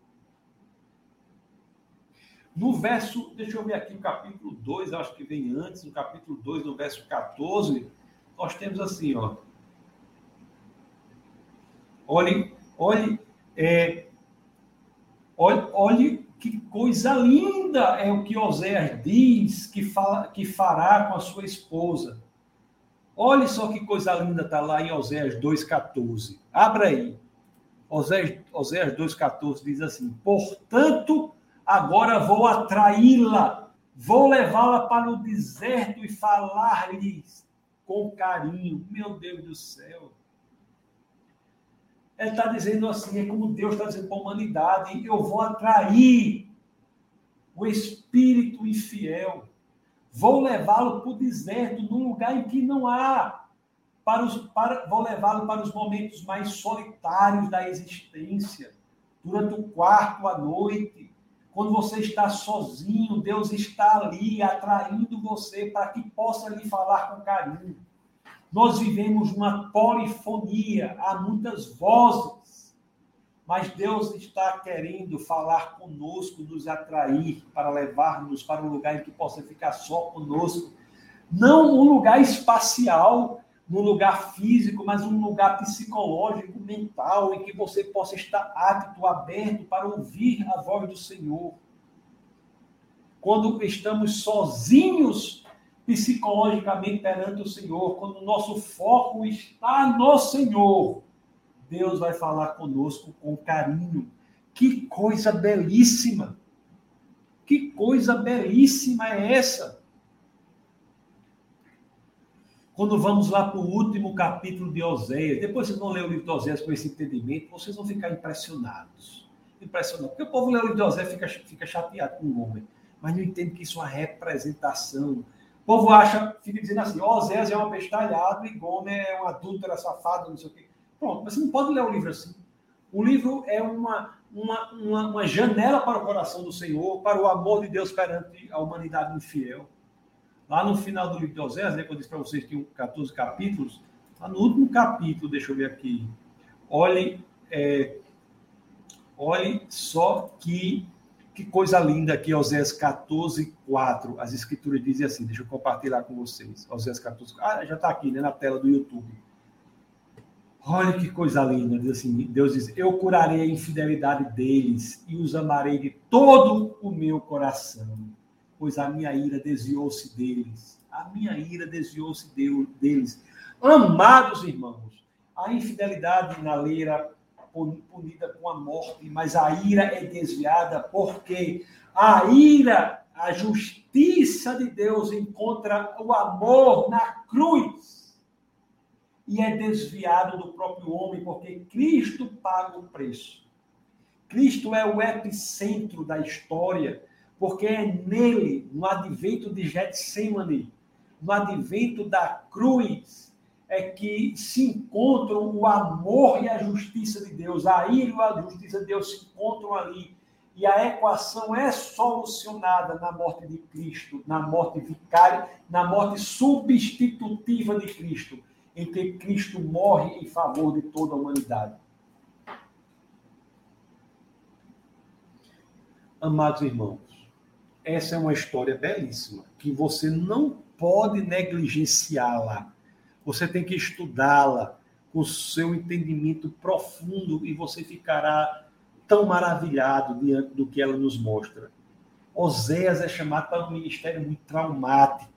No verso, deixa eu ver aqui, no capítulo 2, acho que vem antes, no capítulo 2, no verso 14, nós temos assim, ó. Olhe que coisa linda é o que Oséias diz que fará com a sua esposa. Olhe só que coisa linda está lá em Oséias 2,14. Abra aí. Oséias 2,14 diz assim: portanto, agora vou atraí-la, vou levá-la para o deserto e falar-lhes com carinho. Meu Deus do céu. Ele está dizendo assim, é como Deus está dizendo para a humanidade: eu vou atrair o espírito infiel, vou levá-lo para o deserto, num lugar em que não há, vou levá-lo para os momentos mais solitários da existência, durante o quarto à noite, quando você está sozinho, Deus está ali atraindo você para que possa lhe falar com carinho. Nós vivemos uma polifonia, há muitas vozes, mas Deus está querendo falar conosco, nos atrair para levar-nos para um lugar em que possa ficar só conosco. Não um lugar espacial, num lugar físico, mas um lugar psicológico, mental, em que você possa estar apto, aberto para ouvir a voz do Senhor. Quando estamos sozinhos psicologicamente perante o Senhor, quando o nosso foco está no Senhor, Deus vai falar conosco com carinho. Que coisa belíssima! Que coisa belíssima é essa? Quando vamos lá para o último capítulo de Oséias, depois vocês vão ler o livro de Oséias com esse entendimento, vocês vão ficar impressionados. Porque o povo lê o livro de Oséias e fica chateado com o homem, mas não entende que isso é uma representação. O povo fica dizendo assim: Oséias é um abestalhado e Gomer é um adúltero, safado, não sei o quê. Pronto, mas você não pode ler o livro assim. O livro é uma janela para o coração do Senhor, para o amor de Deus perante a humanidade infiel. Lá no final do livro de Oséias, né, quando eu disse para vocês que tinham 14 capítulos, lá no último capítulo, deixa eu ver aqui, olhe só que coisa linda aqui, Oséias 14:4. As escrituras dizem assim, deixa eu compartilhar com vocês. Oséias 14:4. Já está aqui, né, na tela do YouTube. Olha que coisa linda. Diz assim, Deus diz: eu curarei a infidelidade deles e os amarei de todo o meu coração, pois a minha ira desviou-se deles. A minha ira desviou-se deles. Amados irmãos, a infidelidade na lei era punida com a morte, mas a ira é desviada porque a ira, a justiça de Deus encontra o amor na cruz e é desviado do próprio homem porque Cristo paga o preço. Cristo é o epicentro da história, porque é nele, no advento de Getsemane, no advento da cruz, é que se encontram o amor e a justiça de Deus. A ira e a justiça de Deus se encontram ali. E a equação é solucionada na morte de Cristo, na morte vicária, na morte substitutiva de Cristo, em que Cristo morre em favor de toda a humanidade. Amados irmãos, essa é uma história belíssima, que você não pode negligenciá-la. Você tem que estudá-la com o seu entendimento profundo e você ficará tão maravilhado diante do que ela nos mostra. Oséias é chamado para um ministério muito traumático,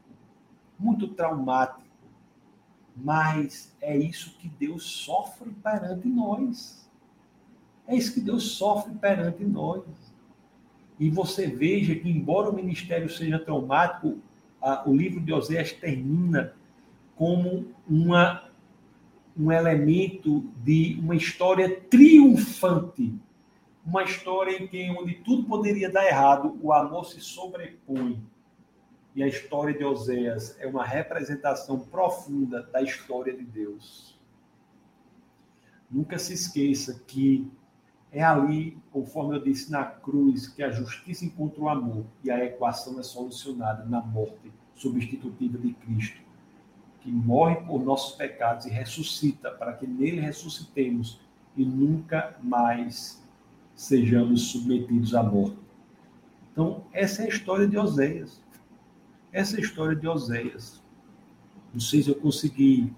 mas é isso que Deus sofre perante nós. É isso que Deus sofre perante nós. E você veja que, embora o ministério seja traumático, o livro de Oséias termina como um elemento de uma história triunfante, uma história em que, onde tudo poderia dar errado, o amor se sobrepõe E a história de Oséias é uma representação profunda da história de Deus. Nunca se esqueça que é ali, conforme eu disse, na cruz, que a justiça encontra o amor e a equação é solucionada na morte substitutiva de Cristo, que morre por nossos pecados e ressuscita, para que nele ressuscitemos e nunca mais sejamos submetidos à morte. Então, essa é a história de Oséias. Essa é a história de Oséias. Não sei se eu consegui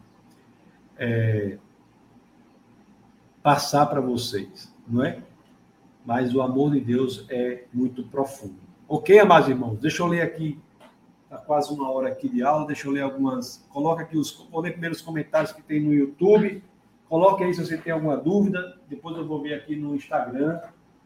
passar para vocês, não é? Mas o amor de Deus é muito profundo. Ok, amados irmãos? Deixa eu ler aqui. Está quase uma hora aqui de aula. Deixa eu ler algumas. Coloca aqui vou ler primeiro os comentários que tem no YouTube. Coloque aí se você tem alguma dúvida. Depois eu vou ver aqui no Instagram.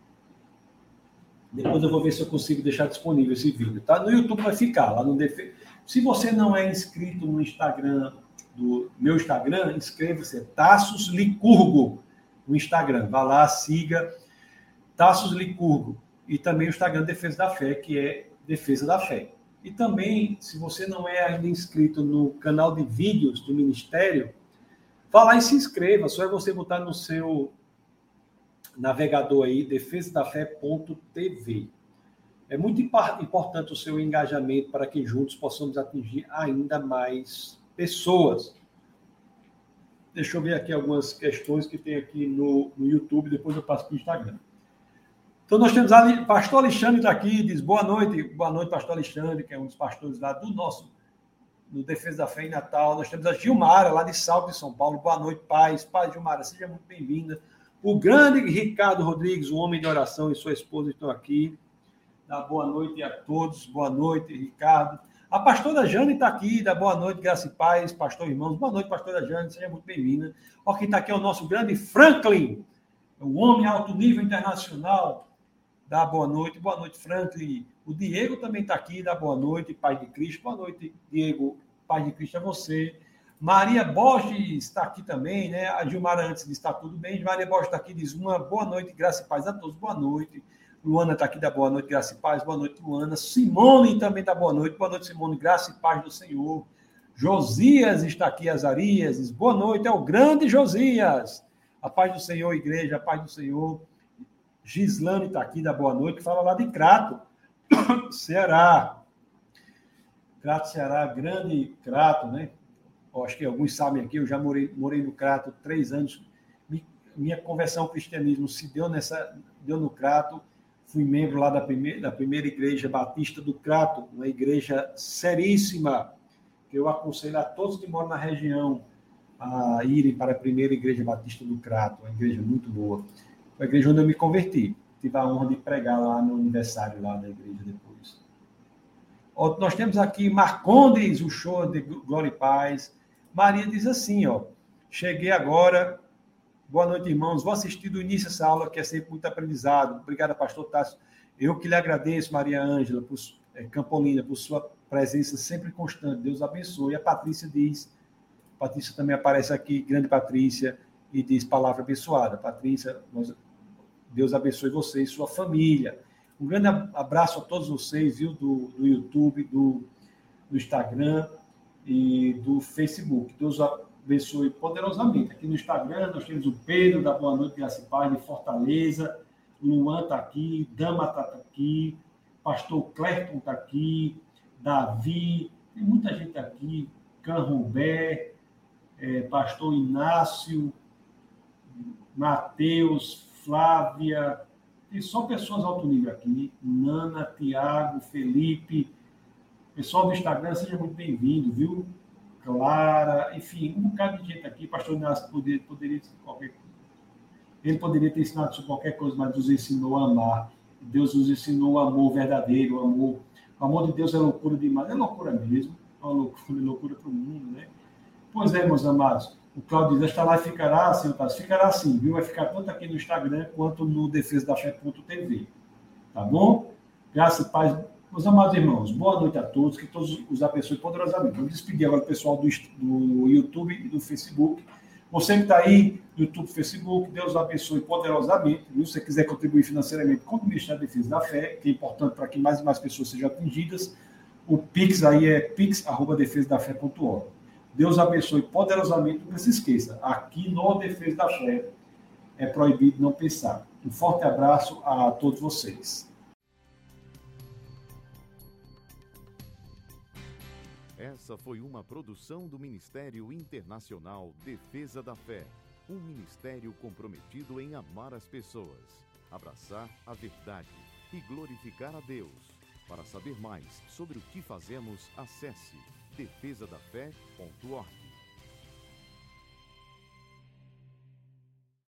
Depois eu vou ver se eu consigo deixar disponível esse vídeo, tá? No YouTube vai ficar lá no DF. Se você não é inscrito no Instagram, do meu Instagram, inscreva-se, Tassos Licurgo, no Instagram. Vá lá, siga Tassos Licurgo. E também o Instagram Defesa da Fé, que é Defesa da Fé. E também, se você não é ainda inscrito no canal de vídeos do Ministério, vá lá e se inscreva. Só é você botar no seu navegador aí, defesadafé.tv. É muito importante o seu engajamento para que juntos possamos atingir ainda mais pessoas. Deixa eu ver aqui algumas questões que tem aqui no YouTube, depois eu passo para o Instagram. Então, nós temos ali, pastor Alexandre está aqui, diz boa noite, pastor Alexandre, que é um dos pastores lá do Defesa da Fé em Natal. Nós temos a Gilmara, lá de Salto, de São Paulo. Boa noite, paz, Gilmara, seja muito bem-vinda. O grande Ricardo Rodrigues, um homem de oração, e sua esposa estão aqui. Dá boa noite a todos. Boa noite, Ricardo. A pastora Jane está aqui. Dá boa noite, graça e paz, pastor irmãos. Boa noite, pastora Jane. Seja muito bem-vinda. Ó, quem está aqui é o nosso grande Franklin, o homem alto nível internacional. Dá boa noite, Franklin. O Diego também está aqui. Dá boa noite, Pai de Cristo. Boa noite, Diego. Pai de Cristo é você. Maria Borges está aqui também, né? A Gilmara antes diz está tudo bem. Maria Borges está aqui, diz uma boa noite, graça e paz a todos. Boa noite. Luana está aqui, dá boa noite, graça e paz. Boa noite, Luana. Simone também dá boa noite. Boa noite, Simone. Graça e paz do Senhor. Josias está aqui, Azarias. Diz, boa noite, é o grande Josias. A paz do Senhor, igreja, a paz do Senhor. Gislane está aqui, dá boa noite. Fala lá de Crato, Ceará. Crato, Ceará, grande Crato, né? Acho que alguns sabem aqui, eu já morei no Crato 3 anos. Minha conversão ao cristianismo se deu no Crato. Fui membro lá da primeira igreja batista do Crato, uma igreja seríssima, que eu aconselho a todos que moram na região a irem para a primeira igreja batista do Crato, uma igreja muito boa. Foi a igreja onde eu me converti. Tive a honra de pregar lá no aniversário lá da igreja depois. Nós temos aqui Marcondes, o show de Glória e Paz. Maria diz assim, ó, cheguei agora, boa noite, irmãos, vou assistir do início essa aula, que é sempre muito aprendizado. Obrigada, pastor Tássio. Eu que lhe agradeço, Maria Ângela, Campolina, por sua presença sempre constante. Deus abençoe. E a Patrícia diz, Patrícia também aparece aqui, grande Patrícia, e diz palavra abençoada. Patrícia, Deus abençoe você e sua família. Um grande abraço a todos vocês, viu, do YouTube, do Instagram e do Facebook. Deus abençoe poderosamente. Aqui no Instagram nós temos o Pedro, da Boa Noite, Graça e Paz, de Fortaleza. Luan está aqui, Dama está aqui, pastor Clerton está aqui, Davi, tem muita gente aqui, Canrobé, pastor Inácio, Mateus, Flávia, tem só pessoas alto nível aqui, Nana, Tiago, Felipe. Pessoal do Instagram, seja muito bem-vindo, viu? Clara, enfim, um bocado de gente aqui. Pastor Inácio poderia ter qualquer coisa. Ele poderia ter ensinado sobre qualquer coisa, mas nos ensinou a amar. Deus nos ensinou o amor verdadeiro, o amor. O amor de Deus é loucura demais. É loucura mesmo. É uma loucura para o mundo, né? Pois é, meus amados. O Claudio diz, esta live ficará assim, ficará assim, viu? Vai ficar tanto aqui no Instagram quanto no defesadafé.tv. Tá bom? Graça e paz. Meus amados irmãos, boa noite a todos, que todos os abençoe poderosamente. Vamos despedir agora do pessoal do YouTube e do Facebook. Você que está aí no YouTube e Facebook, Deus abençoe poderosamente. Viu? Se você quiser contribuir financeiramente com o Ministério da Defesa da Fé, que é importante para que mais e mais pessoas sejam atingidas, O Pix aí é pix@defesadafé.org. Deus abençoe poderosamente. Não se esqueça, aqui no Defesa da Fé é proibido não pensar. Um forte abraço a todos vocês. Essa foi uma produção do Ministério Internacional Defesa da Fé, um ministério comprometido em amar as pessoas, abraçar a verdade e glorificar a Deus. Para saber mais sobre o que fazemos, acesse defesadafé.org.